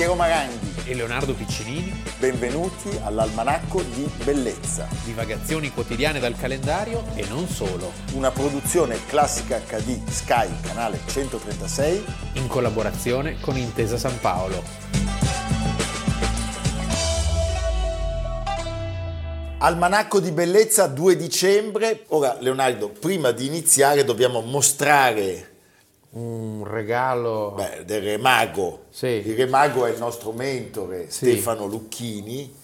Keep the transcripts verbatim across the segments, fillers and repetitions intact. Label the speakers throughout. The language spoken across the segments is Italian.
Speaker 1: Piero Maranghi
Speaker 2: e Leonardo Piccinini.
Speaker 1: Benvenuti all'Almanacco di Bellezza.
Speaker 2: Divagazioni quotidiane dal calendario e non solo.
Speaker 1: Una produzione Classica acca di Sky, canale centotrentasei.
Speaker 2: In collaborazione con Intesa San Paolo.
Speaker 1: Almanacco di Bellezza, due dicembre. Ora, Leonardo, prima di iniziare dobbiamo mostrare
Speaker 2: un regalo
Speaker 1: Beh, del Re Mago.
Speaker 2: Sì.
Speaker 1: Il Re Mago è il nostro mentore, sì. Stefano Lucchini,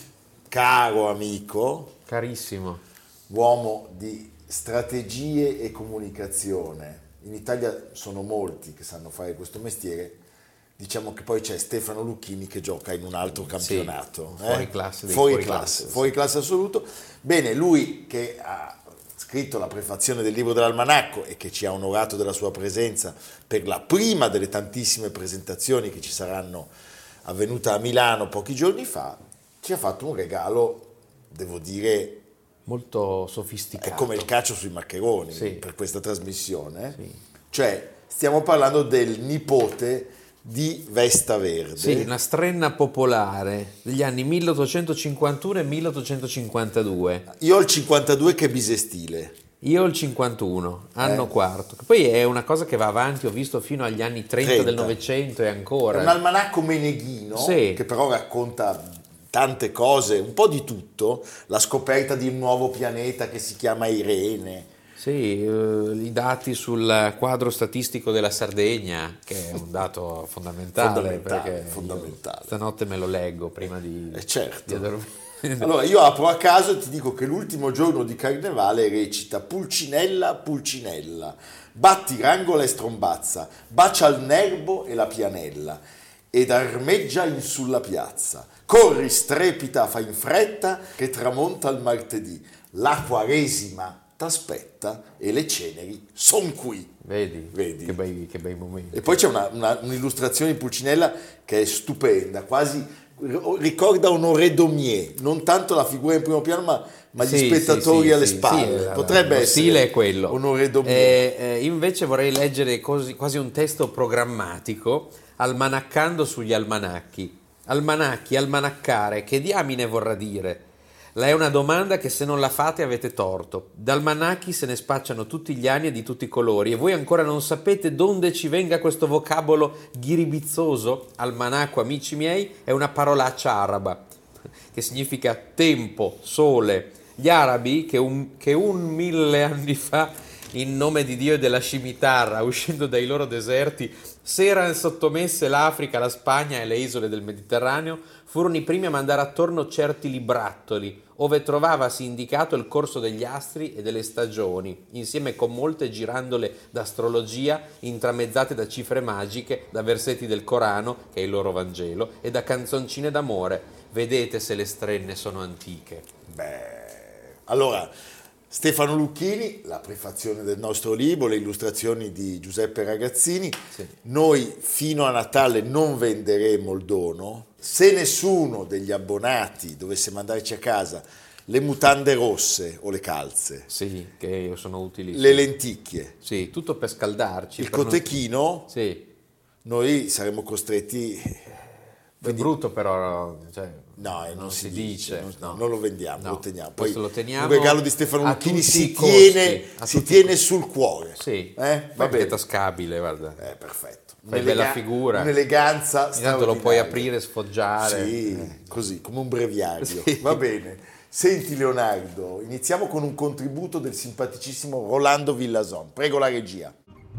Speaker 1: caro amico,
Speaker 2: carissimo,
Speaker 1: uomo di strategie e comunicazione. In Italia sono molti che sanno fare questo mestiere. Diciamo che poi c'è Stefano Lucchini che gioca in un altro campionato,
Speaker 2: sì, fuori classe, dei
Speaker 1: fuori,
Speaker 2: fuori
Speaker 1: classe,
Speaker 2: classe,
Speaker 1: fuori
Speaker 2: sì.
Speaker 1: classe assoluto. Bene, lui che ha scritto la prefazione del libro dell'Almanacco e che ci ha onorato della sua presenza per la prima delle tantissime presentazioni che ci saranno avvenuta a Milano pochi giorni fa, ci ha fatto un regalo, devo dire,
Speaker 2: molto sofisticato.
Speaker 1: È come il calcio sui maccheroni,
Speaker 2: sì.
Speaker 1: per questa trasmissione.
Speaker 2: Sì.
Speaker 1: Cioè, stiamo parlando del nipote di Vesta Verde.
Speaker 2: Sì, una strenna popolare degli anni milleottocentocinquantuno e milleottocentocinquantadue.
Speaker 1: Io ho il cinquantadue che è bisestile.
Speaker 2: Io ho il cinquantuno, anno
Speaker 1: eh.
Speaker 2: quarto. Che poi è una cosa che va avanti, ho visto, fino agli anni trenta, trenta. Del Novecento e ancora.
Speaker 1: È un almanacco meneghino, sì. Che però racconta tante cose, un po' di tutto. La scoperta di un nuovo pianeta che si chiama Irene.
Speaker 2: Sì, eh, i dati sul quadro statistico della Sardegna, che è un dato fondamentale,
Speaker 1: fondamentale,
Speaker 2: perché
Speaker 1: fondamentale.
Speaker 2: Stanotte me lo leggo prima di,
Speaker 1: eh certo.
Speaker 2: di addormentare.
Speaker 1: Allora io apro a caso e ti dico che l'ultimo giorno di Carnevale recita Pulcinella, Pulcinella, batti rangola e strombazza, bacia il nervo e la pianella ed armeggia in sulla piazza, corri, strepita, fa in fretta che tramonta il martedì, la Quaresima t'aspetta e le ceneri son qui.
Speaker 2: Vedi,
Speaker 1: Vedi?
Speaker 2: Che, bei, che bei momenti.
Speaker 1: E poi c'è una, una, un'illustrazione di Pulcinella che è stupenda, quasi ricorda Honoré Daumier, non tanto la figura in primo piano ma, ma
Speaker 2: sì,
Speaker 1: gli spettatori
Speaker 2: sì,
Speaker 1: alle
Speaker 2: sì,
Speaker 1: spalle.
Speaker 2: sì,
Speaker 1: potrebbe
Speaker 2: lo
Speaker 1: essere
Speaker 2: stile è quello.
Speaker 1: Honoré Daumier.
Speaker 2: Eh, eh, invece vorrei leggere così, quasi un testo programmatico, almanaccando sugli almanacchi. Almanacchi, almanaccare, che diamine vorrà dire? La è una domanda che se non la fate avete torto. D'almanacchi se ne spacciano tutti gli anni e di tutti i colori e voi ancora non sapete donde ci venga questo vocabolo ghiribizzoso? Almanacco, amici miei, è una parolaccia araba che significa tempo, sole. Gli arabi che un, che un mille anni fa, in nome di Dio e della scimitarra, uscendo dai loro deserti, s'erano sottomesse l'Africa, la Spagna e le isole del Mediterraneo, furono i primi a mandare attorno certi librattoli, ove trovavasi indicato il corso degli astri e delle stagioni, insieme con molte girandole d'astrologia intramezzate da cifre magiche, da versetti del Corano, che è il loro Vangelo, e da canzoncine d'amore. Vedete se le strenne sono antiche.
Speaker 1: Beh, allora, Stefano Lucchini, la prefazione del nostro libro, le illustrazioni di Giuseppe Ragazzini.
Speaker 2: Sì.
Speaker 1: Noi fino a Natale non venderemo il dono. Se nessuno degli abbonati dovesse mandarci a casa le mutande rosse o le calze,
Speaker 2: sì, che sono utili,
Speaker 1: le lenticchie,
Speaker 2: sì, tutto per scaldarci,
Speaker 1: il
Speaker 2: per
Speaker 1: cotechino,
Speaker 2: non... sì.
Speaker 1: Noi saremo costretti.
Speaker 2: Quindi... È brutto però, cioè,
Speaker 1: no, non, non si, si dice, dice non,
Speaker 2: no.
Speaker 1: non lo vendiamo,
Speaker 2: no.
Speaker 1: lo teniamo. Poi
Speaker 2: lo teniamo
Speaker 1: un regalo di Stefano Lucchini si
Speaker 2: costi,
Speaker 1: tiene, si tiene sul cuore.
Speaker 2: Sì,
Speaker 1: eh?
Speaker 2: va bene, è tascabile, guarda.
Speaker 1: Eh, perfetto.
Speaker 2: Fai bella figura.
Speaker 1: Un'eleganza
Speaker 2: intanto lo puoi aprire, sfoggiare.
Speaker 1: Sì,
Speaker 2: eh.
Speaker 1: così, come un breviario.
Speaker 2: Sì.
Speaker 1: Va bene. Senti Leonardo, iniziamo con un contributo del simpaticissimo Rolando Villason. Prego la regia.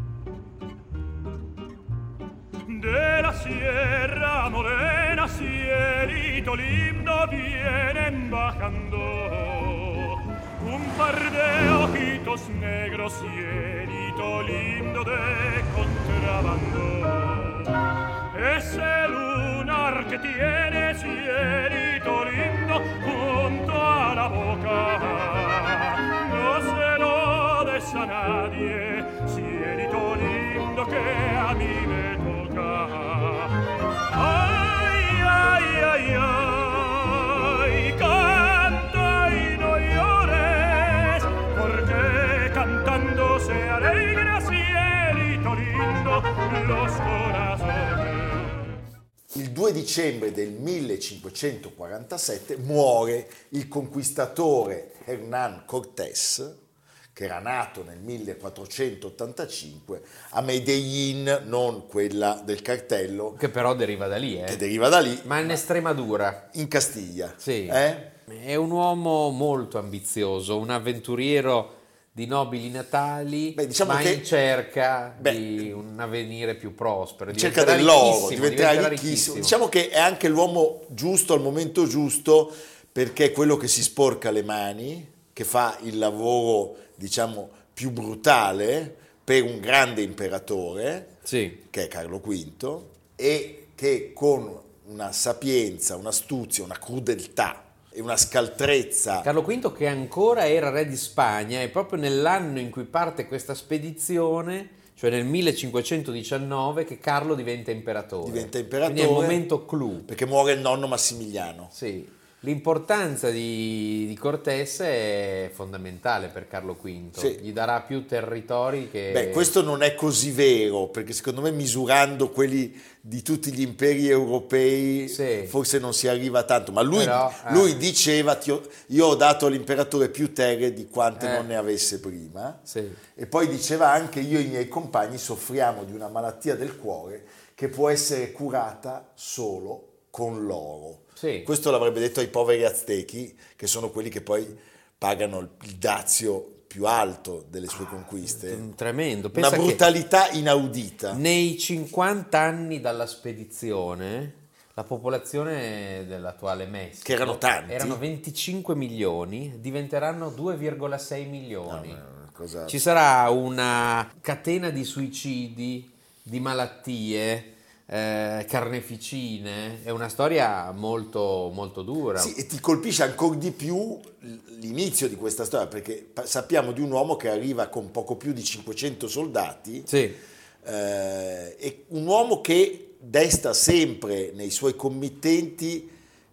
Speaker 3: De la Sierra Morena, cielito lindo, vienen bajando un par de ojitos negros, cielito lindo de contrabando. Ese lunar que tiene, cielito lindo, junto a la boca, no se lo des a nadie, cielito lindo que a mí me toca. Ay, ay, ay, ay, canta y no llores, porque cantando se alegra, cielito lindo, los corazones.
Speaker 1: Il il due dicembre del millecinquecentoquarantasette muore il conquistatore Hernán Cortés, che era nato nel millequattrocentottantacinque a Medellín, non quella del cartello,
Speaker 2: che però deriva da lì, eh.
Speaker 1: che deriva da lì,
Speaker 2: ma in Estremadura,
Speaker 1: in Castiglia.
Speaker 2: Sì.
Speaker 1: Eh?
Speaker 2: È un uomo molto ambizioso, un avventuriero di nobili natali,
Speaker 1: Beh, diciamo
Speaker 2: ma
Speaker 1: che-
Speaker 2: in cerca
Speaker 1: beh,
Speaker 2: di un avvenire più prospero.
Speaker 1: In cerca
Speaker 2: Diventerà
Speaker 1: dell'oro,
Speaker 2: ricchissimo,
Speaker 1: diventerà
Speaker 2: diventerà
Speaker 1: ricchissimo. Diciamo che è anche l'uomo giusto al momento giusto, perché è quello che si sporca le mani, che fa il lavoro, diciamo, più brutale per un grande imperatore,
Speaker 2: Sì.
Speaker 1: che è Carlo V, e che con una sapienza, un'astuzia, una crudeltà e una scaltrezza.
Speaker 2: Carlo V, che ancora era re di Spagna, e proprio nell'anno in cui parte questa spedizione, cioè nel millecinquecentodiciannove, che Carlo diventa imperatore.
Speaker 1: Diventa imperatore.
Speaker 2: Quindi è il momento clou.
Speaker 1: Perché muore il nonno Massimiliano.
Speaker 2: Sì. L'importanza di, di Cortés è fondamentale per Carlo V.
Speaker 1: Sì.
Speaker 2: Gli darà più territori che...
Speaker 1: Beh, questo non è così vero, perché secondo me misurando quelli di tutti gli imperi europei,
Speaker 2: Sì.
Speaker 1: forse non si arriva tanto, ma lui,
Speaker 2: Però, eh.
Speaker 1: lui diceva: "Ti ho- io ho dato all'imperatore più terre di quante
Speaker 2: Eh.
Speaker 1: non ne avesse prima",
Speaker 2: Sì.
Speaker 1: e poi diceva anche: "Io e i miei compagni soffriamo di una malattia del cuore che può essere curata solo con l'oro".
Speaker 2: Sì.
Speaker 1: Questo l'avrebbe detto ai poveri aztechi, che sono quelli che poi pagano il il dazio più alto delle sue conquiste.
Speaker 2: Tremendo.
Speaker 1: Una
Speaker 2: Pensa
Speaker 1: brutalità
Speaker 2: che
Speaker 1: inaudita.
Speaker 2: nei cinquanta anni dalla spedizione la popolazione dell'attuale Messico,
Speaker 1: Che erano tanti.
Speaker 2: erano venticinque milioni, diventeranno due virgola sei milioni.
Speaker 1: No, ma è una cosa-
Speaker 2: Ci sarà una catena di suicidi, di malattie, eh, carneficine, è una storia molto, molto dura.
Speaker 1: Sì, e ti colpisce ancora di più l'inizio di questa storia, perché pa- sappiamo di un uomo che arriva con poco più di cinquecento soldati,
Speaker 2: Sì.
Speaker 1: eh, e un uomo che desta sempre nei suoi committenti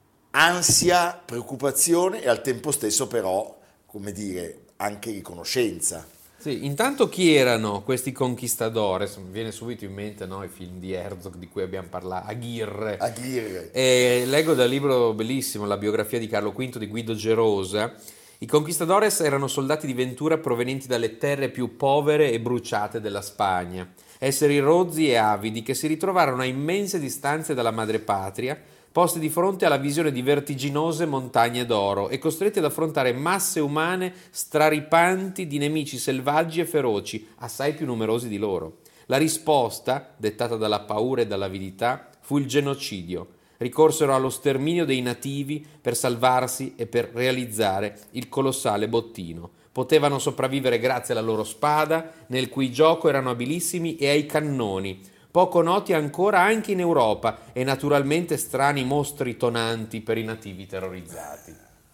Speaker 1: ansia, preoccupazione e al tempo stesso però, come dire, anche riconoscenza.
Speaker 2: Sì, intanto chi erano questi conquistadores? Mi viene subito in mente, no, i film di Herzog di cui abbiamo parlato, Aguirre.
Speaker 1: Aguirre.
Speaker 2: E leggo dal libro bellissimo, la biografia di Carlo V di Guido Gerosa. I conquistadores erano soldati di ventura provenienti dalle terre più povere e bruciate della Spagna, esseri rozzi e avidi che si ritrovarono a immense distanze dalla madrepatria, posti di fronte alla visione di vertiginose montagne d'oro e costretti ad affrontare masse umane straripanti di nemici selvaggi e feroci, assai più numerosi di loro. La risposta, dettata dalla paura e dall'avidità, fu il genocidio. Ricorsero allo sterminio dei nativi per salvarsi e per realizzare il colossale bottino. Potevano sopravvivere grazie alla loro spada, nel cui gioco erano abilissimi, e ai cannoni, poco noti ancora anche in Europa, e naturalmente strani mostri tonanti per i nativi terrorizzati.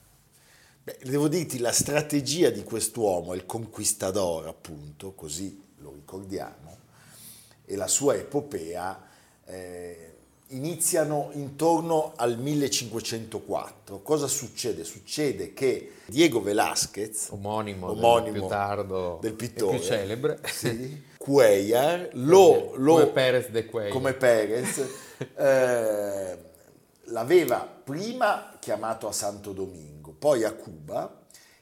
Speaker 1: Beh, devo dirti, la strategia di quest'uomo, il conquistador appunto, così lo ricordiamo, e la sua epopea eh, iniziano intorno al millecinquecentoquattro. Cosa succede? Succede che Diego Velázquez,
Speaker 2: Omonimo,
Speaker 1: omonimo
Speaker 2: del più tardo
Speaker 1: del pittore,
Speaker 2: e più celebre,
Speaker 1: sì, Cuellar, lo, lo,
Speaker 2: come Pérez de Cuellar.
Speaker 1: come Pérez, eh, l'aveva prima chiamato a Santo Domingo, poi a Cuba,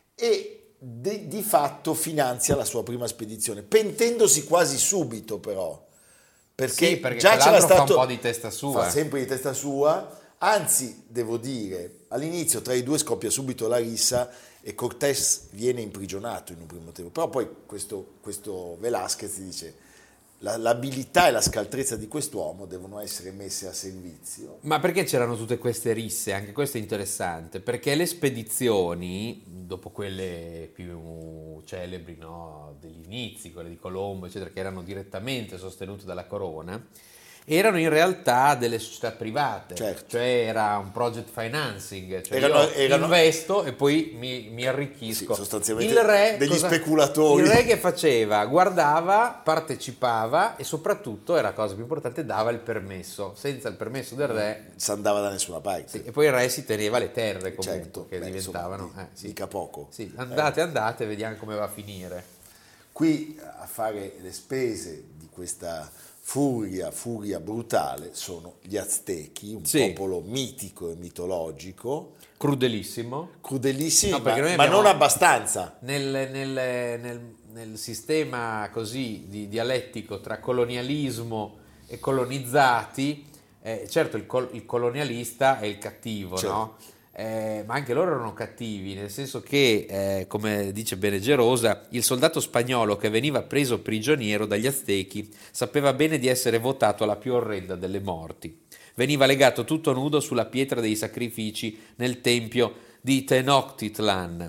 Speaker 1: e di, di fatto finanzia la sua prima spedizione, pentendosi quasi subito però, perché,
Speaker 2: Sì, perché
Speaker 1: già c'era
Speaker 2: quell'altro fa
Speaker 1: stato,
Speaker 2: un po' di testa sua.
Speaker 1: fa sempre di testa sua, anzi devo dire, all'inizio tra i due scoppia subito la rissa e Cortés viene imprigionato in un primo tempo, però poi questo, questo Velázquez dice: la, l'abilità e la scaltrezza di quest'uomo devono essere messe a servizio.
Speaker 2: Ma perché c'erano tutte queste risse? Anche questo è interessante, perché le spedizioni, dopo quelle più celebri, no, degli inizi, quelle di Colombo, eccetera, che erano direttamente sostenute dalla corona, erano in realtà delle società private,
Speaker 1: Certo.
Speaker 2: cioè era un project financing, cioè
Speaker 1: Erano-
Speaker 2: io
Speaker 1: erano-
Speaker 2: investo e poi mi, mi arricchisco.
Speaker 1: Sì, sostanzialmente
Speaker 2: Il re,
Speaker 1: degli
Speaker 2: cosa-
Speaker 1: speculatori.
Speaker 2: Il re che faceva? Guardava, partecipava e soprattutto, era la cosa più importante, dava il permesso. Senza il permesso del re,
Speaker 1: Non si andava da nessuna parte.
Speaker 2: sì, e poi il re si teneva le terre comunque,
Speaker 1: Certo,
Speaker 2: che
Speaker 1: beh,
Speaker 2: diventavano...
Speaker 1: insomma,
Speaker 2: eh, sì.
Speaker 1: mica poco.
Speaker 2: Sì, andate, andate, vediamo come va a finire.
Speaker 1: qui a fare le spese di questa furia, furia brutale sono gli Aztechi, un
Speaker 2: Sì.
Speaker 1: popolo mitico e mitologico,
Speaker 2: Crudelissimo.
Speaker 1: crudelissimo,
Speaker 2: No, perché
Speaker 1: ma,
Speaker 2: noi
Speaker 1: ma
Speaker 2: abbiamo-
Speaker 1: non abbastanza.
Speaker 2: Nel, nel- nel- nel sistema così di dialettico tra colonialismo e colonizzati, eh, certo il, col- il colonialista è il cattivo,
Speaker 1: Certo.
Speaker 2: no? Eh, ma anche loro erano cattivi, nel senso che, eh, come dice Bene Gerosa, il soldato spagnolo che veniva preso prigioniero dagli Aztechi sapeva bene di essere votato alla più orrenda delle morti. Veniva legato tutto nudo sulla pietra dei sacrifici nel tempio di Tenochtitlan.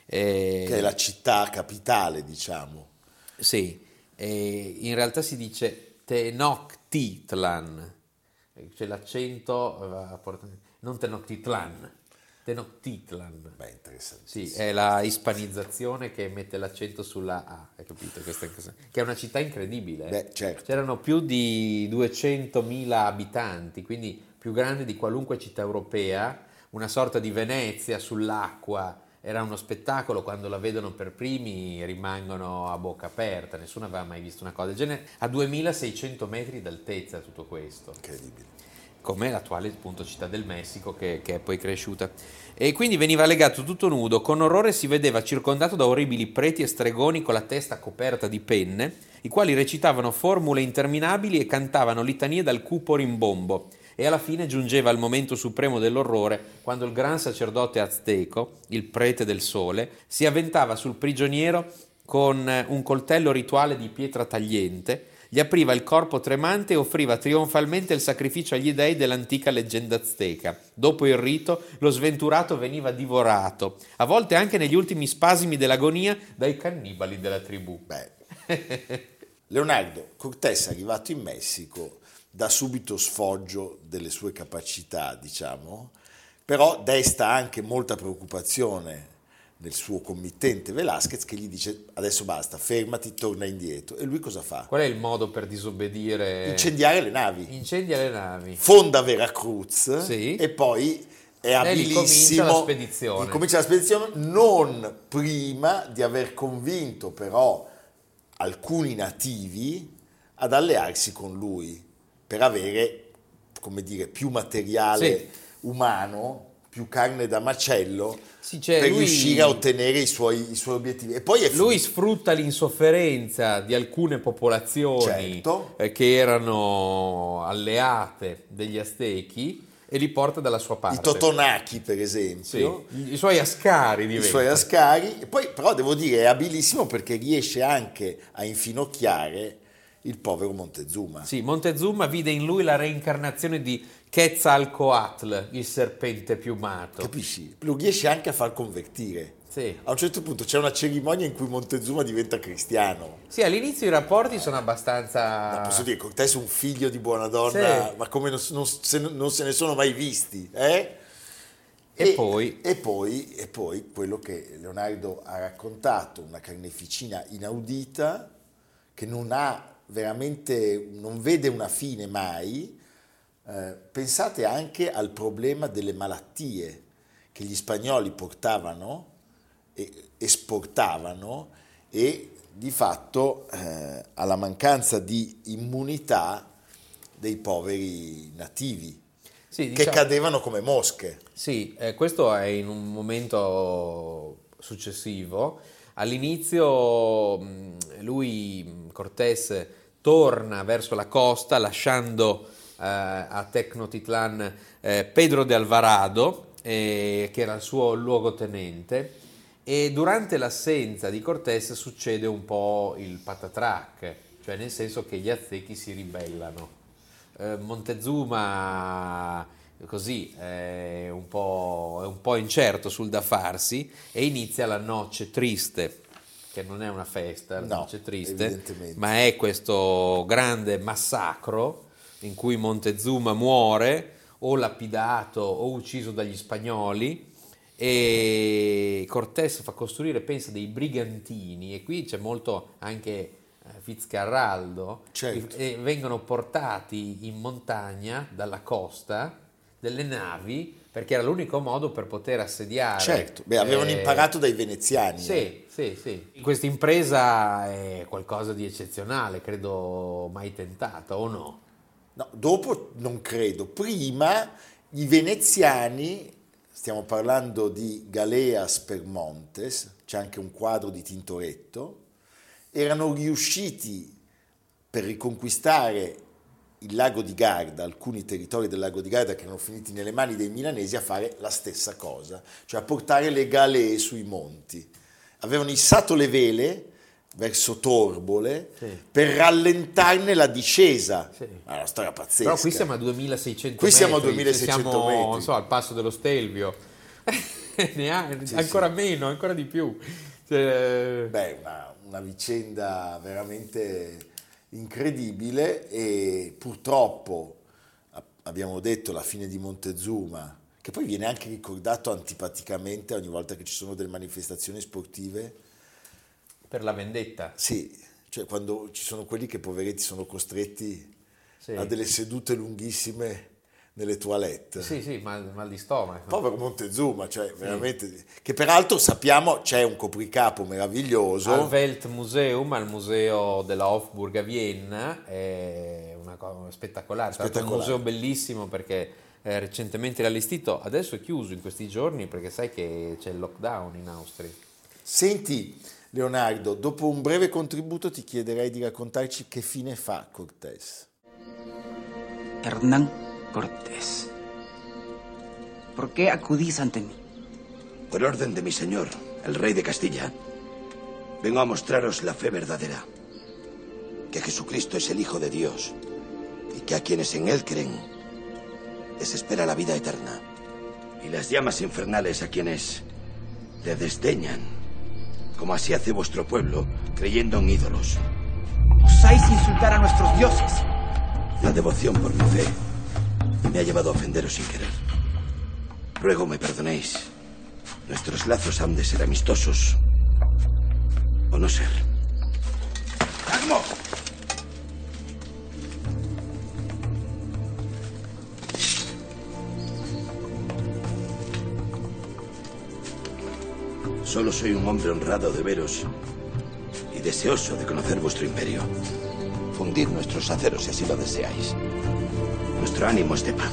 Speaker 2: Eh,
Speaker 1: Che è la città capitale, diciamo.
Speaker 2: Sì, eh, in realtà si dice Tenochtitlan, c'è l'accento, eh, a porta- non Tenochtitlan, Tenochtitlan.
Speaker 1: Beh, interessante.
Speaker 2: Sì, è la ispanizzazione che mette l'accento sulla A, hai capito? Questa è cosa- che è una città incredibile. eh.
Speaker 1: Beh, certo.
Speaker 2: C'erano più di duecentomila abitanti, quindi più grande di qualunque città europea, una sorta di Venezia sull'acqua. Era uno spettacolo, quando la vedono per primi rimangono a bocca aperta, nessuno aveva mai visto una cosa del genere. A duemilaseicento metri d'altezza tutto questo,
Speaker 1: Incredibile.
Speaker 2: come l'attuale appunto città del Messico che, che è poi cresciuta. E quindi veniva legato tutto nudo, con orrore si vedeva circondato da orribili preti e stregoni con la testa coperta di penne, i quali recitavano formule interminabili e cantavano litanie dal cupo rimbombo. E alla fine giungeva il momento supremo dell'orrore, quando il gran sacerdote azteco, il prete del sole, si avventava sul prigioniero con un coltello rituale di pietra tagliente, gli apriva il corpo tremante e offriva trionfalmente il sacrificio agli dei dell'antica leggenda azteca. Dopo il rito, lo sventurato veniva divorato, a volte anche negli ultimi spasimi dell'agonia, dai cannibali della tribù.
Speaker 1: Beh, Leonardo Cortés, arrivato in Messico, dà subito sfoggio delle sue capacità, diciamo, però desta anche molta preoccupazione nel suo committente Velázquez, che gli dice adesso basta, fermati, torna indietro. E lui cosa fa?
Speaker 2: Qual è il modo per disobbedire?
Speaker 1: Incendiare le navi.
Speaker 2: Incendia le navi.
Speaker 1: Fonda Veracruz
Speaker 2: Sì.
Speaker 1: e poi è
Speaker 2: E lì comincia
Speaker 1: abilissimo.
Speaker 2: la spedizione.
Speaker 1: Comincia la spedizione non prima di aver convinto però alcuni nativi ad allearsi con lui per avere, come dire, più materiale
Speaker 2: Sì.
Speaker 1: umano, più carne da macello,
Speaker 2: Sì, cioè
Speaker 1: per
Speaker 2: lui-
Speaker 1: riuscire a ottenere i suoi, i suoi obiettivi. E poi è
Speaker 2: Lui sfrutta l'insofferenza di alcune popolazioni
Speaker 1: Certo.
Speaker 2: eh, che erano alleate degli Aztechi e li porta dalla sua parte.
Speaker 1: i Totonachi, per
Speaker 2: Sì,
Speaker 1: esempio.
Speaker 2: i i suoi ascari
Speaker 1: I
Speaker 2: diventano.
Speaker 1: suoi ascari, e poi però devo dire è abilissimo perché riesce anche a infinocchiare il povero Montezuma.
Speaker 2: Sì, Montezuma vide in lui la reincarnazione di Quetzalcoatl, il serpente piumato.
Speaker 1: Capisci? Lo riesce anche a far convertire.
Speaker 2: Sì.
Speaker 1: A un certo punto c'è una cerimonia in cui Montezuma diventa cristiano.
Speaker 2: Sì, all'inizio i rapporti sono abbastanza...
Speaker 1: Posso dire, Cortés è un figlio di buona donna,
Speaker 2: Sì.
Speaker 1: ma come non, non se, non se ne sono mai visti, eh?
Speaker 2: E poi?
Speaker 1: E poi, e poi quello che Leonardo ha raccontato, una carneficina inaudita, che non ha veramente, non vede una fine mai. Eh, pensate anche al problema delle malattie che gli spagnoli portavano e esportavano e di fatto eh, alla mancanza di immunità dei poveri nativi
Speaker 2: Sì,
Speaker 1: che
Speaker 2: diciamo-
Speaker 1: cadevano come mosche.
Speaker 2: Sì, eh, questo è in un momento successivo. All'inizio mh, lui, mh, Cortés, torna verso la costa lasciando eh, a Tenochtitlan eh, Pedro de Alvarado, eh, che era il suo luogotenente, e durante l'assenza di Cortés succede un po' il patatrac, cioè nel senso che gli Aztechi si ribellano. Eh, Montezuma così è un po', è un po' incerto sul da farsi e inizia la Noche Triste, che non è una festa, la
Speaker 1: No,
Speaker 2: Noche Triste,
Speaker 1: evidentemente.
Speaker 2: ma è questo grande massacro in cui Montezuma muore o lapidato o ucciso dagli spagnoli, e Cortés fa costruire, pensa, dei brigantini, e qui c'è molto anche eh, Fitzcarraldo,
Speaker 1: Certo.
Speaker 2: e vengono portati in montagna dalla costa delle navi, perché era l'unico modo per poter assediare.
Speaker 1: Certo, beh, avevano
Speaker 2: eh,
Speaker 1: imparato dai veneziani.
Speaker 2: Sì,
Speaker 1: eh.
Speaker 2: sì, sì. Questa impresa è qualcosa di eccezionale, credo mai tentata, o no?
Speaker 1: No, dopo non credo. Prima i veneziani, stiamo parlando di Galeas Permontes, c'è anche un quadro di Tintoretto, erano riusciti per riconquistare il lago di Garda, alcuni territori del lago di Garda che erano finiti nelle mani dei milanesi, a fare la stessa cosa, cioè a portare le galee sui monti. Avevano issato le vele verso Torbole, sì, per rallentarne la discesa. Sì. È una storia pazzesca.
Speaker 2: Però qui siamo a duemilaseicento
Speaker 1: qui
Speaker 2: metri.
Speaker 1: Siamo a duemilaseicento
Speaker 2: siamo,
Speaker 1: metri.
Speaker 2: Non so, al passo dello Stelvio. ne ha, sì, ancora sì. meno, ancora di più. Cioè...
Speaker 1: Beh, una, una vicenda veramente incredibile, e purtroppo abbiamo detto la fine di Montezuma, che poi viene anche ricordato antipaticamente ogni volta che ci sono delle manifestazioni sportive.
Speaker 2: Per la vendetta.
Speaker 1: Sì, cioè quando ci sono quelli che poveretti sono costretti sì. a delle sedute lunghissime nelle toilette.
Speaker 2: Sì, sì, mal, mal di stomaco.
Speaker 1: Povero Montezuma, cioè sì. veramente, che peraltro sappiamo c'è un copricapo meraviglioso.
Speaker 2: Al Weltmuseum, al museo della Hofburg a Vienna, è una cosa spettacolare, spettacolare. È un museo bellissimo perché eh, recentemente riallestito, adesso è chiuso in questi giorni perché sai che c'è il lockdown in Austria.
Speaker 1: Senti Leonardo, dopo un breve contributo ti chiederei di raccontarci che fine fa Cortés.
Speaker 4: Hernán Cortés, ¿por qué acudís ante mí?
Speaker 5: Por orden de mi señor, el rey de Castilla, vengo a mostraros la fe verdadera, que Jesucristo es el Hijo de Dios y que a quienes en él creen les espera la vida eterna, y las llamas infernales a quienes le desdeñan, como así hace vuestro pueblo, creyendo en ídolos.
Speaker 4: Osáis insultar a nuestros dioses.
Speaker 5: La devoción por mi fe me ha llevado a ofenderos sin querer. Ruego me perdonéis. Nuestros lazos han de ser amistosos o no ser. ¡Agmo! Solo soy un hombre honrado de veros y deseoso de conocer vuestro imperio. Fundir nuestros aceros si así lo deseáis. Nuestro ánimo es de paz.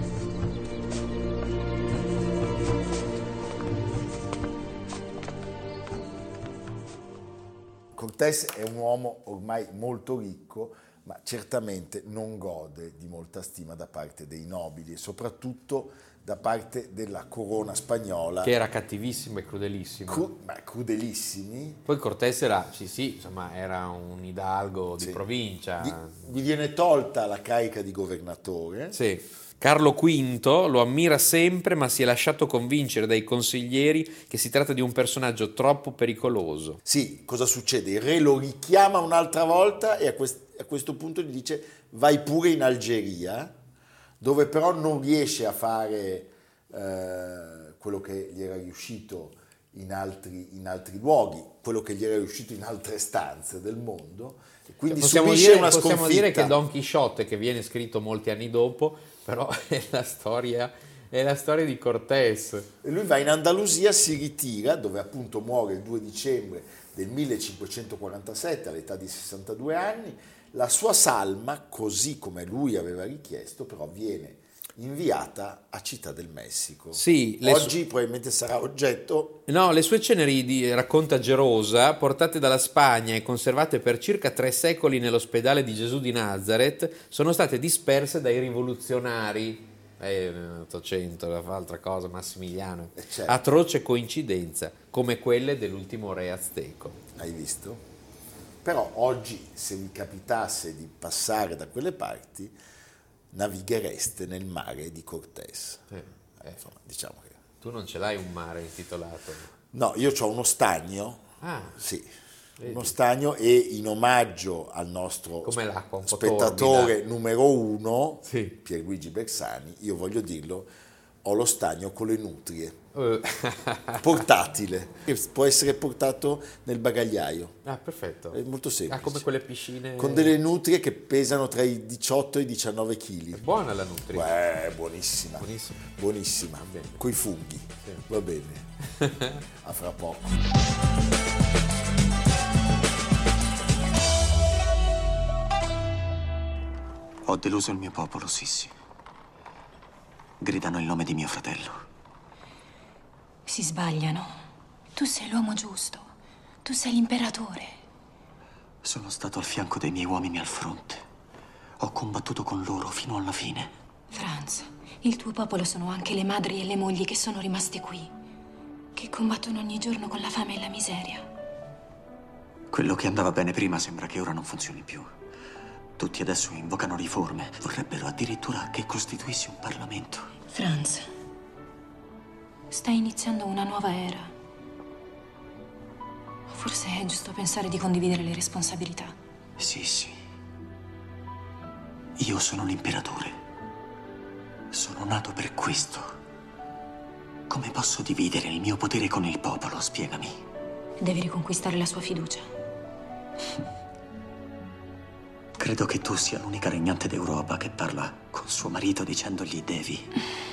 Speaker 1: Cortés è un uomo ormai molto ricco, ma certamente non gode di molta stima da parte dei nobili e soprattutto da parte della corona spagnola.
Speaker 2: Che era cattivissimo e crudelissimo.
Speaker 1: Cru- ma crudelissimi.
Speaker 2: Poi Cortés era, sì sì, insomma, era un hidalgo di sì. provincia.
Speaker 1: Gli, gli viene tolta la carica di governatore.
Speaker 2: Sì. Carlo quinto lo ammira sempre, ma si è lasciato convincere dai consiglieri che si tratta di un personaggio troppo pericoloso.
Speaker 1: Sì, cosa succede? Il re lo richiama un'altra volta e a, quest- a questo punto gli dice vai pure in Algeria, dove però non riesce a fare eh, quello che gli era riuscito in altri, in altri luoghi, quello che gli era riuscito in altre stanze del mondo, e quindi
Speaker 2: possiamo
Speaker 1: subisce
Speaker 2: dire,
Speaker 1: una
Speaker 2: possiamo
Speaker 1: sconfitta.
Speaker 2: dire che Don Chisciotte, che viene scritto molti anni dopo, però è la storia, è la storia di Cortés.
Speaker 1: E lui va in Andalusia, si ritira, dove appunto muore il due dicembre del millecinquecentoquarantasette all'età di sessantadue anni. La sua salma, così come lui aveva richiesto, però viene inviata a Città del Messico.
Speaker 2: Sì,
Speaker 1: oggi
Speaker 2: su-
Speaker 1: probabilmente sarà oggetto...
Speaker 2: No, le sue ceneri, di, racconta Gerosa, portate dalla Spagna e conservate per circa tre secoli nell'ospedale di Gesù di Nazareth, sono state disperse dai rivoluzionari. Eh, ottocento, altra cosa, Massimiliano.
Speaker 1: Eh, certo.
Speaker 2: Atroce coincidenza, come quelle dell'ultimo re azteco.
Speaker 1: Hai visto? Però oggi, se vi capitasse di passare da quelle parti, navighereste nel mare di Cortés.
Speaker 2: Eh, eh.
Speaker 1: Insomma, diciamo che...
Speaker 2: Tu non ce l'hai un mare intitolato?
Speaker 1: No, io ho uno stagno.
Speaker 2: Ah,
Speaker 1: sì.
Speaker 2: Vedi.
Speaker 1: Uno stagno, e in omaggio al nostro
Speaker 2: come l'acqua, un po'
Speaker 1: spettatore
Speaker 2: torbida.
Speaker 1: numero uno,
Speaker 2: sì.
Speaker 1: Pierluigi Bersani, io voglio dirlo, ho lo stagno con le nutrie.
Speaker 2: Eh.
Speaker 1: Portatile, che può essere portato nel bagagliaio.
Speaker 2: Ah, perfetto.
Speaker 1: È molto semplice.
Speaker 2: Ah, come quelle piscine.
Speaker 1: Con delle nutrie che pesano tra i diciotto e i diciannove
Speaker 2: È
Speaker 1: chili.
Speaker 2: buona la nutria.
Speaker 1: Beh, buonissima.
Speaker 2: Buonissima.
Speaker 1: Buonissima.
Speaker 2: bene.
Speaker 1: Coi funghi.
Speaker 2: Sì.
Speaker 1: Va bene. A fra poco.
Speaker 6: Ho deluso il mio popolo, Sissi. Gridano il nome di mio fratello.
Speaker 7: Si sbagliano. Tu sei l'uomo giusto. Tu sei l'imperatore.
Speaker 6: Sono stato al fianco dei miei uomini al fronte. Ho combattuto con loro fino alla fine.
Speaker 7: Franz, il tuo popolo sono anche le madri e le mogli che sono rimaste qui, che combattono ogni giorno con la fame e la miseria.
Speaker 6: Quello che andava bene prima sembra che ora non funzioni più. Tutti adesso invocano riforme. Vorrebbero addirittura che costituissi un Parlamento.
Speaker 7: Franz, stai iniziando una nuova era. Forse è giusto pensare di condividere le responsabilità.
Speaker 6: Sì, sì. Io sono l'imperatore. Sono nato per questo. Come posso dividere il mio potere con il popolo? Spiegami.
Speaker 7: Devi riconquistare la sua fiducia.
Speaker 6: Credo che tu sia l'unica regnante d'Europa che parla con suo marito dicendogli devi.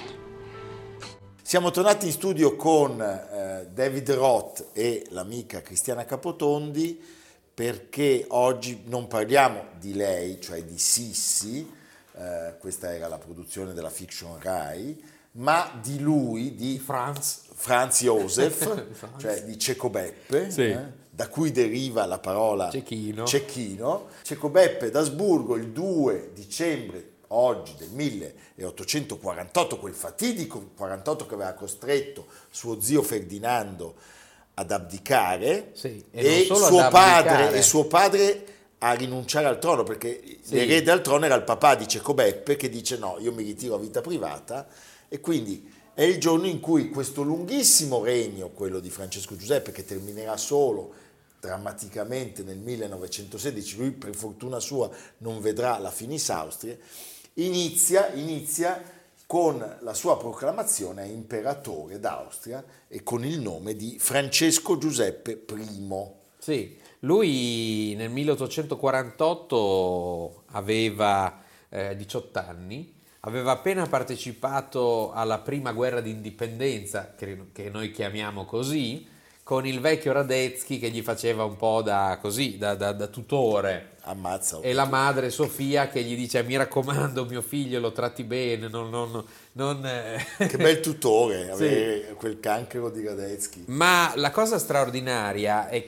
Speaker 1: Siamo tornati in studio con eh, David Roth e l'amica Cristiana Capotondi, perché oggi non parliamo di lei, cioè di Sissi, eh, questa era la produzione della Fiction Rai, ma di lui, di
Speaker 2: Franz.
Speaker 1: Franz Josef, cioè di Cecco Beppe,
Speaker 2: Sì.
Speaker 1: eh, da cui deriva la parola
Speaker 2: Cecchino.
Speaker 1: Cecchino. Cecco Beppe d'Asburgo il due dicembre oggi del milleottocentoquarantotto, quel fatidico quarantotto che aveva costretto suo zio Ferdinando ad abdicare,
Speaker 2: Sì, e
Speaker 1: e,
Speaker 2: non solo
Speaker 1: suo
Speaker 2: ad
Speaker 1: padre,
Speaker 2: abdicare.
Speaker 1: e suo padre a rinunciare al trono, perché
Speaker 2: Sì.
Speaker 1: l'erede al trono era il papà di Cecco Beppe, che dice no, io mi ritiro a vita privata, e quindi è il giorno in cui questo lunghissimo regno, quello di Francesco Giuseppe, che terminerà solo drammaticamente nel millenovecentosedici, lui per fortuna sua non vedrà la Finis Austriae, inizia, inizia con la sua proclamazione a imperatore d'Austria e con il nome di Francesco Giuseppe I.
Speaker 2: Sì, lui nel milleottocentoquarantotto aveva eh, diciotto anni, aveva appena partecipato alla prima guerra d'indipendenza, che, che noi chiamiamo così, con il vecchio Radetzky che gli faceva un po' da, così, da, da, da tutore.
Speaker 1: Ammazza.
Speaker 2: E la madre Sofia che gli dice mi raccomando mio figlio lo tratti bene, non... non, non eh.
Speaker 1: Che bel tutore avere
Speaker 2: Sì.
Speaker 1: quel cancro di Radetzky.
Speaker 2: Ma la cosa straordinaria è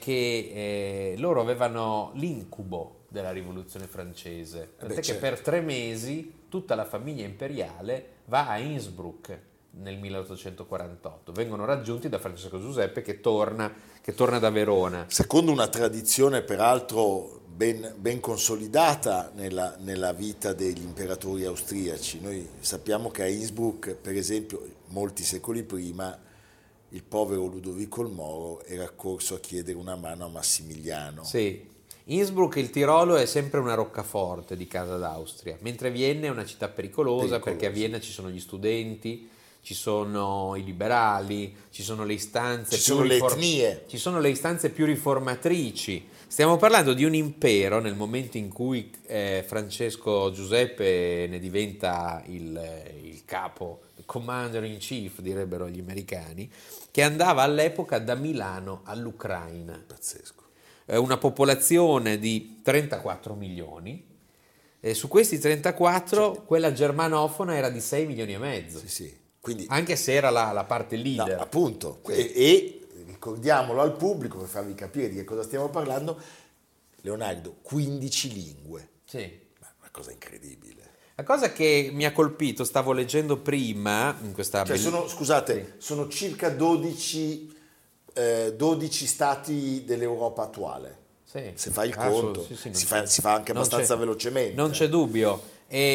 Speaker 2: che eh, loro avevano l'incubo della rivoluzione francese, perché
Speaker 1: beh, certo.
Speaker 2: per tre mesi tutta la famiglia imperiale va a Innsbruck nel milleottocentoquarantotto, vengono raggiunti da Francesco Giuseppe che torna, che torna da Verona.
Speaker 1: Secondo una tradizione peraltro ben, ben consolidata nella, nella vita degli imperatori austriaci, noi sappiamo che a Innsbruck, per esempio, molti secoli prima, il povero Ludovico il Moro era corso a chiedere una mano a Massimiliano.
Speaker 2: Sì. Innsbruck, il Tirolo, è sempre una roccaforte di Casa d'Austria, mentre Vienna è una città pericolosa,
Speaker 1: Pericolosa.
Speaker 2: perché a Vienna ci sono gli studenti, ci sono i liberali, ci sono le istanze
Speaker 1: Ci
Speaker 2: più
Speaker 1: sono le
Speaker 2: rifor-
Speaker 1: etnie.
Speaker 2: ci sono le istanze più riformatrici. Stiamo parlando di un impero nel momento in cui eh, Francesco Giuseppe ne diventa il, il capo, il commander in chief, direbbero gli americani, che andava all'epoca da Milano all'Ucraina.
Speaker 1: Pazzesco.
Speaker 2: Eh, una popolazione di trentaquattro milioni, e su questi trentaquattro quella germanofona era di sei milioni e mezzo.
Speaker 1: Sì, sì. Quindi,
Speaker 2: Anche se era la, la parte
Speaker 1: no,
Speaker 2: leader.
Speaker 1: appunto, e, e ricordiamolo al pubblico per farvi capire di che cosa stiamo parlando, Leonardo, quindici lingue.
Speaker 2: Sì.
Speaker 1: Ma è una cosa incredibile.
Speaker 2: La cosa che mi ha colpito, stavo leggendo prima in questa
Speaker 1: Cioè
Speaker 2: bell-
Speaker 1: sono, scusate,
Speaker 2: Sì.
Speaker 1: sono circa dodici, eh, dodici stati dell'Europa attuale.
Speaker 2: Sì.
Speaker 1: Se fai il
Speaker 2: Ah,
Speaker 1: conto,
Speaker 2: sì, sì, non
Speaker 1: si,
Speaker 2: c'è-
Speaker 1: fa, si fa anche
Speaker 2: non
Speaker 1: abbastanza
Speaker 2: c'è-
Speaker 1: velocemente.
Speaker 2: Non c'è dubbio.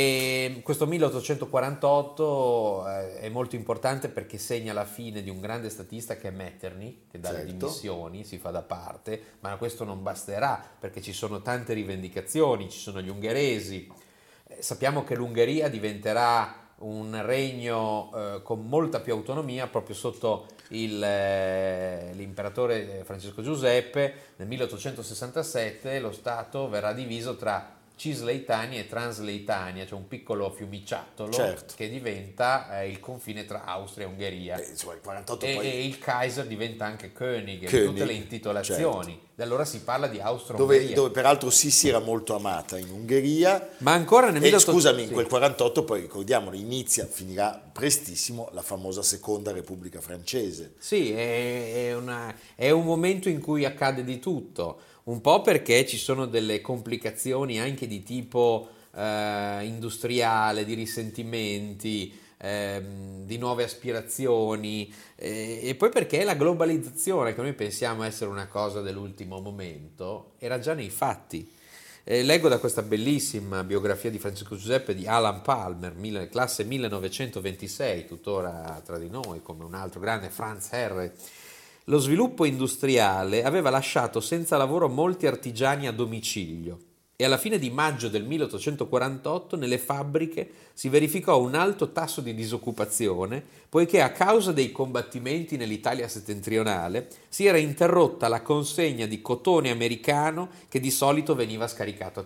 Speaker 2: E questo milleottocentoquarantotto eh, è molto importante perché segna la fine di un grande statista che è Metternich, che dalle
Speaker 1: Certo.
Speaker 2: dimissioni si fa da parte, ma questo non basterà perché ci sono tante rivendicazioni, ci sono gli ungheresi. Eh, sappiamo che l'Ungheria diventerà un regno eh, con molta più autonomia proprio sotto il, eh, l'imperatore Francesco Giuseppe. Nel milleottocentosessantasette lo Stato verrà diviso tra Cisleitania e Transleitania, cioè un piccolo fiumiciattolo,
Speaker 1: certo,
Speaker 2: che diventa eh, il confine tra Austria e Ungheria.
Speaker 1: Beh, insomma, il quarantotto
Speaker 2: e,
Speaker 1: poi...
Speaker 2: e il Kaiser diventa anche König,
Speaker 1: König,
Speaker 2: tutte le intitolazioni.
Speaker 1: certo.
Speaker 2: Da allora si parla di Austro-Ungheria.
Speaker 1: Dove, dove peraltro Sissi era molto amata in Ungheria.
Speaker 2: Ma ancora nel
Speaker 1: e
Speaker 2: milleottocento...
Speaker 1: scusami, in
Speaker 2: sì.
Speaker 1: quel quarantotto poi ricordiamolo, inizia, finirà prestissimo la famosa seconda Repubblica Francese.
Speaker 2: Sì, è, è, una, è un momento in cui accade di tutto. Un po' perché ci sono delle complicazioni anche di tipo eh, industriale, di risentimenti, ehm, di nuove aspirazioni, eh, e poi perché la globalizzazione, che noi pensiamo essere una cosa dell'ultimo momento, era già nei fatti. Eh, leggo da questa bellissima biografia di Francesco Giuseppe di Alan Palmer, mille, classe millenovecentoventisei, tuttora tra di noi, come un altro grande Franz Herre. Lo sviluppo industriale aveva lasciato senza lavoro molti artigiani a domicilio e alla fine di maggio del milleottocentoquarantotto nelle fabbriche si verificò un alto tasso di disoccupazione, poiché a causa dei combattimenti nell'Italia settentrionale si era interrotta la consegna di cotone americano che di solito veniva scaricato a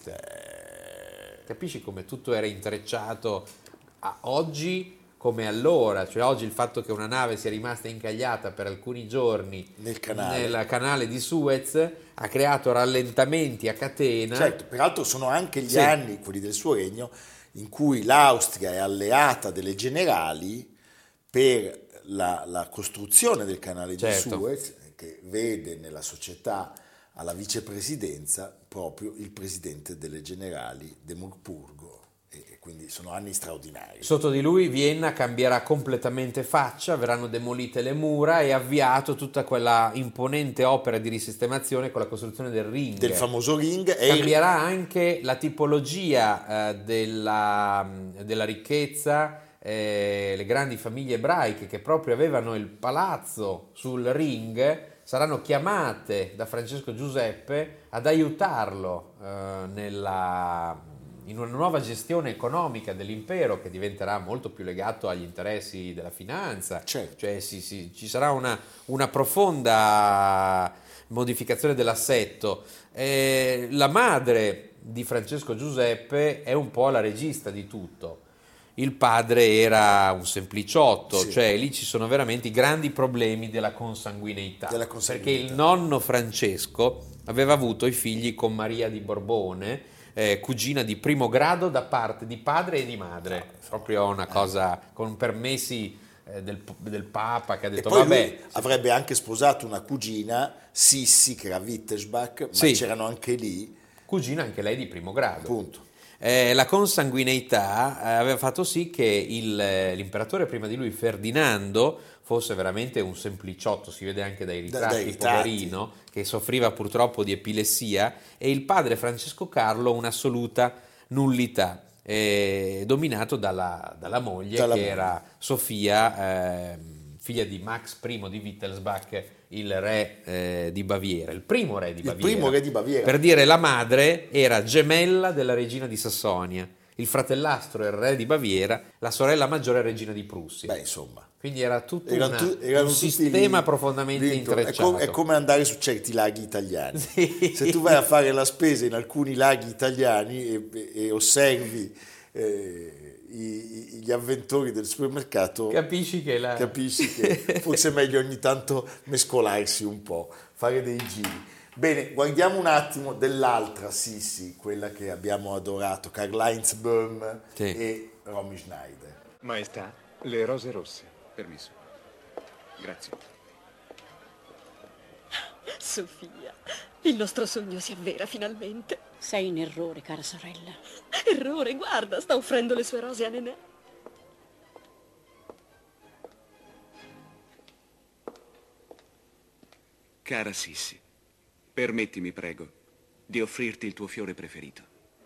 Speaker 2: Trieste. Capisci come tutto era intrecciato a oggi come allora, cioè oggi il fatto che una nave sia rimasta incagliata per alcuni giorni
Speaker 1: nel canale,
Speaker 2: nel canale di Suez ha creato rallentamenti a catena.
Speaker 1: Certo, peraltro sono anche gli
Speaker 2: sì.
Speaker 1: anni, quelli del suo regno, in cui l'Austria è alleata delle generali per la, la costruzione del canale
Speaker 2: certo.
Speaker 1: di Suez, che vede nella società alla vicepresidenza proprio il presidente delle generali de Montburgo. E quindi sono anni straordinari.
Speaker 2: Sotto di lui Vienna cambierà completamente faccia, verranno demolite le mura e avviato tutta quella imponente opera di risistemazione con la costruzione del ring.
Speaker 1: Del famoso ring. E
Speaker 2: cambierà il... anche la tipologia eh, della, della ricchezza, eh, le grandi famiglie ebraiche che proprio avevano il palazzo sul ring saranno chiamate da Francesco Giuseppe ad aiutarlo eh, nella... in una nuova gestione economica dell'impero che diventerà molto più legato agli interessi della finanza,
Speaker 1: certo.
Speaker 2: Cioè sì, sì, ci sarà una, una profonda modificazione dell'assetto. Eh, la madre di Francesco Giuseppe è un po' la regista di tutto. Il padre era un sempliciotto, sì. Cioè lì ci sono veramente i grandi problemi della consanguineità,
Speaker 1: della consanguineità.
Speaker 2: Perché il nonno Francesco aveva avuto i figli con Maria di Borbone, Eh, cugina di primo grado da parte di padre e di madre, proprio una cosa con permessi eh, del, del Papa che ha detto
Speaker 1: e poi
Speaker 2: vabbè.
Speaker 1: Lui avrebbe anche sposato una cugina, Sissi, che era Wittelsbach, ma
Speaker 2: sì.
Speaker 1: c'erano anche lì.
Speaker 2: Cugina anche lei di primo grado.
Speaker 1: Appunto.
Speaker 2: Eh, la consanguineità eh, aveva fatto sì che il, l'imperatore prima di lui, Ferdinando, fosse veramente un sempliciotto, si vede anche dai ritratti,
Speaker 1: dai ritratti.
Speaker 2: poverino, che soffriva purtroppo di epilessia, e il padre Francesco Carlo un'assoluta nullità, eh, dominato dalla, dalla moglie
Speaker 1: dalla
Speaker 2: che
Speaker 1: moglie.
Speaker 2: era Sofia, eh, figlia di Max I di Wittelsbach, il re eh, di Baviera, il primo re di
Speaker 1: Il
Speaker 2: Baviera.
Speaker 1: primo re di Baviera.
Speaker 2: Per dire, la madre era gemella della regina di Sassonia, il fratellastro è il re di Baviera, la sorella maggiore è regina di Prussia.
Speaker 1: Beh, insomma.
Speaker 2: Quindi era tutto
Speaker 1: Erano
Speaker 2: una,
Speaker 1: tu, erano
Speaker 2: un
Speaker 1: tutti
Speaker 2: sistema
Speaker 1: lì,
Speaker 2: profondamente
Speaker 1: lì,
Speaker 2: intrecciato.
Speaker 1: È, com- è come andare su certi laghi italiani.
Speaker 2: Sì.
Speaker 1: Se tu vai a fare la spesa in alcuni laghi italiani e, e osservi eh, i, gli avventori del supermercato,
Speaker 2: capisci che, la...
Speaker 1: capisci che forse è meglio ogni tanto mescolarsi un po', fare dei giri. Bene, guardiamo un attimo dell'altra Sissi, quella che abbiamo adorato, Karl-Heinz Böhm
Speaker 2: sì.
Speaker 1: e Romy Schneider.
Speaker 8: Maestà, le rose rosse.
Speaker 9: Permesso. Grazie.
Speaker 10: Sofia, il nostro sogno si avvera finalmente.
Speaker 11: Sei in errore, cara sorella.
Speaker 10: Errore, guarda, sta offrendo le sue rose a Nenè.
Speaker 9: Cara Sissi, permettimi, prego, di offrirti il tuo fiore preferito.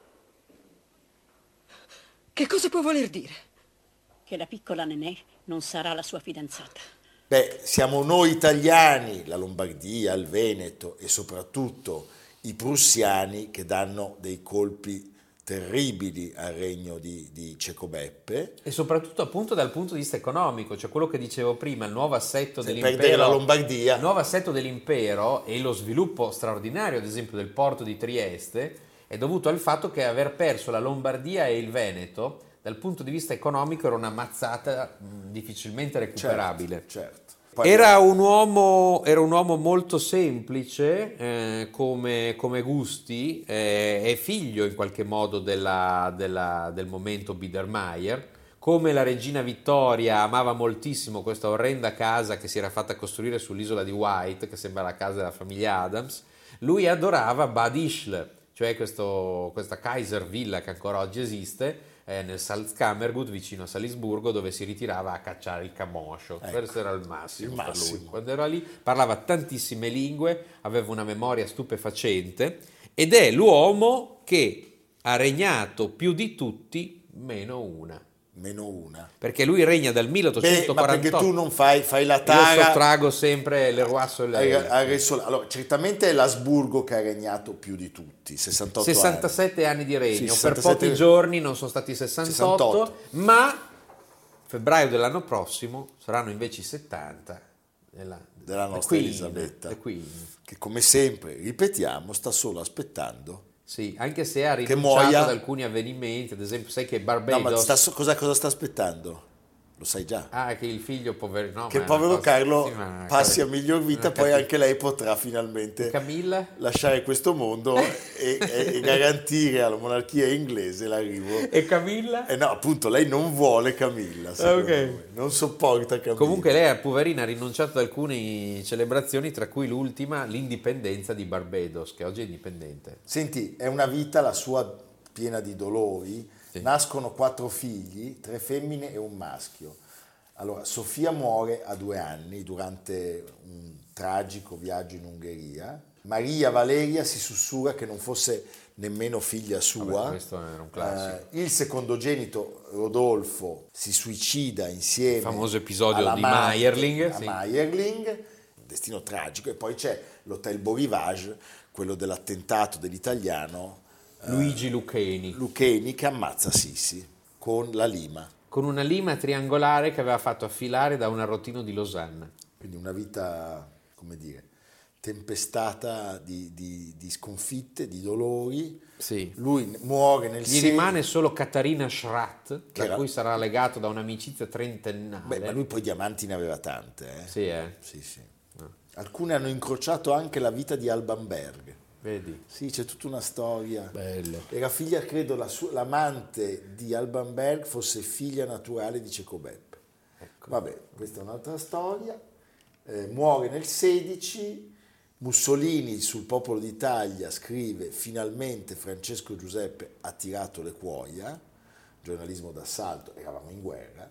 Speaker 10: Che cosa può voler dire?
Speaker 11: Che la piccola Nenè non sarà la sua fidanzata.
Speaker 1: Beh, siamo noi italiani, la Lombardia, il Veneto e soprattutto i prussiani che danno dei colpi terribili al regno di, di Cecco Beppe.
Speaker 2: E soprattutto appunto dal punto di vista economico, cioè quello che dicevo prima, il nuovo assetto
Speaker 1: Se
Speaker 2: dell'impero,
Speaker 1: perdere la Lombardia.
Speaker 2: il nuovo assetto dell'impero e lo sviluppo straordinario, ad esempio, del porto di Trieste, è dovuto al fatto che aver perso la Lombardia e il Veneto, dal punto di vista economico, era una mazzata mh, difficilmente recuperabile.
Speaker 1: Certo, certo. Poi
Speaker 2: Era un uomo, era un uomo molto semplice eh, come, come gusti, eh, è figlio in qualche modo della, della, del momento Biedermeier. Come la regina Vittoria amava moltissimo questa orrenda casa che si era fatta costruire sull'isola di Wight, che sembra la casa della famiglia Adams, lui adorava Bad Ischl, cioè questo, questa Kaiservilla che ancora oggi esiste, eh, nel Salzkammergut vicino a Salisburgo, dove si ritirava a cacciare il camoscio.
Speaker 1: Ecco,
Speaker 2: Questo era il massimo,
Speaker 1: il
Speaker 2: per
Speaker 1: massimo.
Speaker 2: lui. Quando era lì parlava tantissime lingue, aveva una memoria stupefacente ed è l'uomo che ha regnato più di tutti meno una.
Speaker 1: Meno una.
Speaker 2: Perché lui regna dal
Speaker 1: Beh, ma
Speaker 2: milleottocentoquarantotto.
Speaker 1: perché tu non fai, fai la
Speaker 2: Io
Speaker 1: tara...
Speaker 2: sottrago sempre le Roi Soleil.
Speaker 1: a- a Re Sol- Allora, certamente è l'Asburgo che ha regnato più di tutti, sessantotto
Speaker 2: sessantasette anni di regno,
Speaker 1: Sì,
Speaker 2: per
Speaker 1: sessantasette
Speaker 2: pochi giorni non sono stati sessantotto,
Speaker 1: sessantotto.
Speaker 2: ma febbraio dell'anno prossimo saranno invece i settanta della,
Speaker 1: della
Speaker 2: the
Speaker 1: nostra
Speaker 2: Queen,
Speaker 1: Elisabetta,
Speaker 2: the Queen.
Speaker 1: che come sempre, ripetiamo, sta solo aspettando.
Speaker 2: Sì, anche se ha
Speaker 1: Che
Speaker 2: rinunciato
Speaker 1: muoia.
Speaker 2: ad alcuni avvenimenti, ad esempio sai che
Speaker 1: No,
Speaker 2: Barbados...
Speaker 1: ma sta, cosa, cosa sta aspettando? Lo sai già.
Speaker 2: Ah, che il figlio povero... No,
Speaker 1: che
Speaker 2: ma è
Speaker 1: povero
Speaker 2: una cosa-
Speaker 1: Carlo
Speaker 2: sì, ma-
Speaker 1: passi a miglior vita,
Speaker 2: non
Speaker 1: poi
Speaker 2: capi-
Speaker 1: anche lei potrà finalmente
Speaker 2: Camilla?
Speaker 1: lasciare questo mondo e, e- e garantire alla monarchia inglese l'arrivo.
Speaker 2: E Camilla?
Speaker 1: Eh no, appunto, lei non vuole Camilla, secondo
Speaker 2: Ok.
Speaker 1: me. Non sopporta Camilla.
Speaker 2: Comunque lei, poverina, ha rinunciato ad alcune celebrazioni, tra cui l'ultima, l'indipendenza di Barbados, che oggi è indipendente.
Speaker 1: Senti, è una vita la sua piena di dolori.
Speaker 2: Sì.
Speaker 1: Nascono quattro figli, tre femmine e un maschio. Allora, Sofia muore a due anni durante un tragico viaggio in Ungheria. Maria Valeria si sussurra che non fosse nemmeno figlia sua.
Speaker 2: Vabbè, questo era un classico.
Speaker 1: Eh, il secondogenito Rodolfo si suicida insieme
Speaker 2: Il famoso episodio
Speaker 1: alla
Speaker 2: di
Speaker 1: madre,
Speaker 2: Meyerling,
Speaker 1: a
Speaker 2: sì.
Speaker 1: Meyerling, un destino tragico. E poi c'è l'Hotel Beau Rivage, quello dell'attentato dell'italiano
Speaker 2: Luigi Luccheni,
Speaker 1: Luccheni, che ammazza Sissi con la lima.
Speaker 2: con una lima triangolare che aveva fatto affilare da un arrotino di Losanna.
Speaker 1: Quindi una vita, come dire, tempestata di, di- di sconfitte, di dolori.
Speaker 2: Sì.
Speaker 1: Lui muore nel
Speaker 2: Gli
Speaker 1: sedici.
Speaker 2: rimane solo Catarina Schratt,
Speaker 1: Che
Speaker 2: da
Speaker 1: era-
Speaker 2: cui sarà legato da un'amicizia trentennale.
Speaker 1: Beh, ma lui poi diamanti ne aveva tante. Eh?
Speaker 2: Sì, eh?
Speaker 1: Sì, sì. Alcune hanno incrociato anche la vita di Alban Berg.
Speaker 2: Vedi?
Speaker 1: Sì, c'è tutta una storia.
Speaker 2: Bello.
Speaker 1: Era figlia, credo, la sua- l'amante di Alban Berg fosse figlia naturale di Cecco Beppe.
Speaker 2: Ecco.
Speaker 1: Vabbè, questa è un'altra storia. Eh, muore nel sedici. Mussolini sul Popolo d'Italia scrive: finalmente Francesco Giuseppe ha tirato le cuoia, giornalismo d'assalto, eravamo in guerra.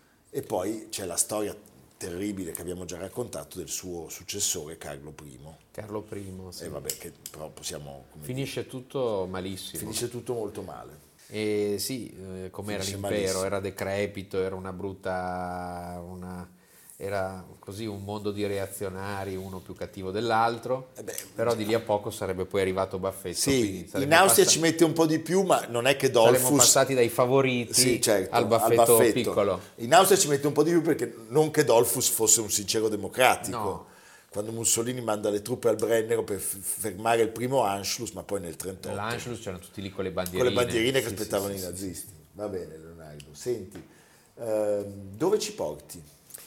Speaker 1: E poi c'è la storia terribile che abbiamo già raccontato del suo successore Carlo I.
Speaker 2: Carlo I, sì.
Speaker 1: E vabbè, che però possiamo... come
Speaker 2: Finisce tutto malissimo.
Speaker 1: dire, finisce tutto molto male.
Speaker 2: E sì, eh, com'era
Speaker 1: Finisce
Speaker 2: l'impero,
Speaker 1: malissimo.
Speaker 2: era decrepito, era una brutta, una, era così un mondo di reazionari, uno più cattivo dell'altro,
Speaker 1: Eh beh,
Speaker 2: però di lì a poco sarebbe poi arrivato Baffetto.
Speaker 1: Sì,
Speaker 2: quindi saremmo
Speaker 1: in Austria
Speaker 2: passati-
Speaker 1: ci mette un po' di più, ma non è che
Speaker 2: saremmo
Speaker 1: Dollfuss...
Speaker 2: passati dai favoriti
Speaker 1: Sì, certo,
Speaker 2: al, baffetto piccolo.
Speaker 1: In Austria ci mette un po' di più perché non che Dollfuss fosse un sincero democratico.
Speaker 2: No.
Speaker 1: Quando Mussolini manda le truppe al Brennero per f- fermare il primo Anschluss, ma poi nel trentotto.
Speaker 2: Nell'Anschluss c'erano tutti lì con le
Speaker 1: Con
Speaker 2: bandierine.
Speaker 1: le bandierine che
Speaker 2: Sì,
Speaker 1: aspettavano
Speaker 2: sì,
Speaker 1: i
Speaker 2: sì,
Speaker 1: nazisti. Va bene, Leonardo. Senti, ehm, dove ci porti?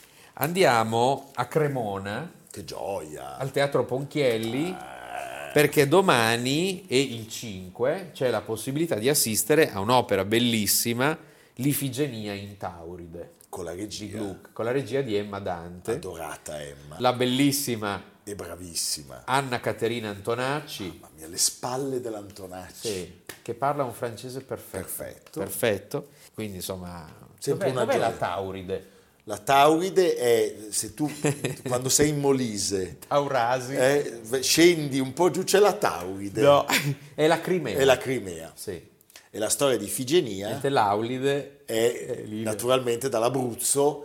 Speaker 2: Andiamo a Cremona,
Speaker 1: Che gioia!
Speaker 2: al Teatro Ponchielli, perché domani e il cinque c'è la possibilità di assistere a un'opera bellissima, L'Ifigenia in Tauride,
Speaker 1: Con la
Speaker 2: di
Speaker 1: regia,
Speaker 2: Gluck, con la regia di Emma Dante,
Speaker 1: adorata Emma,
Speaker 2: la bellissima
Speaker 1: e bravissima.
Speaker 2: Anna Caterina Antonacci,
Speaker 1: Mamma mia, le spalle dell'Antonacci.
Speaker 2: sì, che parla un francese perfetto.
Speaker 1: Perfetto.
Speaker 2: Perfetto. Quindi insomma,
Speaker 1: Sempre
Speaker 2: dov'è,
Speaker 1: una
Speaker 2: dov'è la
Speaker 1: gioia.
Speaker 2: Tauride?
Speaker 1: La Tauride è, se tu, quando sei in Molise,
Speaker 2: Taurasi?
Speaker 1: eh, scendi un po' giù, c'è la Tauride.
Speaker 2: No, è la Crimea.
Speaker 1: È la Crimea.
Speaker 2: Sì.
Speaker 1: E la storia di Ifigenia
Speaker 2: Mentre l'Aulide
Speaker 1: è
Speaker 2: è lì.
Speaker 1: naturalmente dall'Abruzzo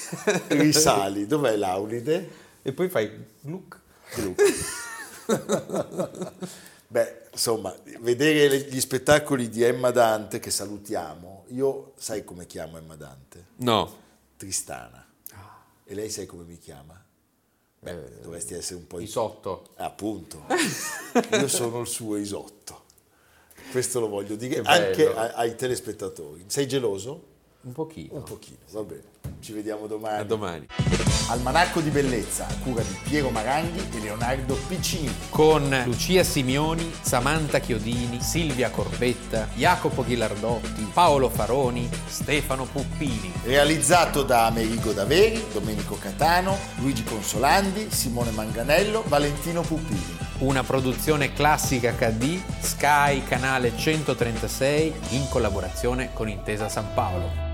Speaker 1: risali. Dov'è l'Aulide?
Speaker 2: E poi fai Gluck.
Speaker 1: Beh, insomma, vedere gli spettacoli di Emma Dante, che salutiamo, io sai come chiamo Emma Dante?
Speaker 2: No.
Speaker 1: Tristana. E lei sai come mi chiama? Beh, eh, dovresti essere un po'
Speaker 2: Isotto.
Speaker 1: Appunto. Io sono il suo Isotto. Questo lo voglio dire anche ai, ai telespettatori. Sei geloso?
Speaker 2: Un pochino.
Speaker 1: Un pochino, va bene. Ci vediamo domani.
Speaker 2: A domani.
Speaker 1: Almanacco di bellezza, a cura di Piero Maranghi e Leonardo Piccini.
Speaker 2: Con Lucia Simioni, Samantha Chiodini, Silvia Corbetta, Jacopo Ghilardotti, Paolo Faroni, Stefano Puppini.
Speaker 1: Realizzato da Amerigo Daveri, Domenico Catano, Luigi Consolandi, Simone Manganello, Valentino Puppini.
Speaker 2: Una produzione Classica acca di, Sky, canale centotrentasei, in collaborazione con Intesa San Paolo.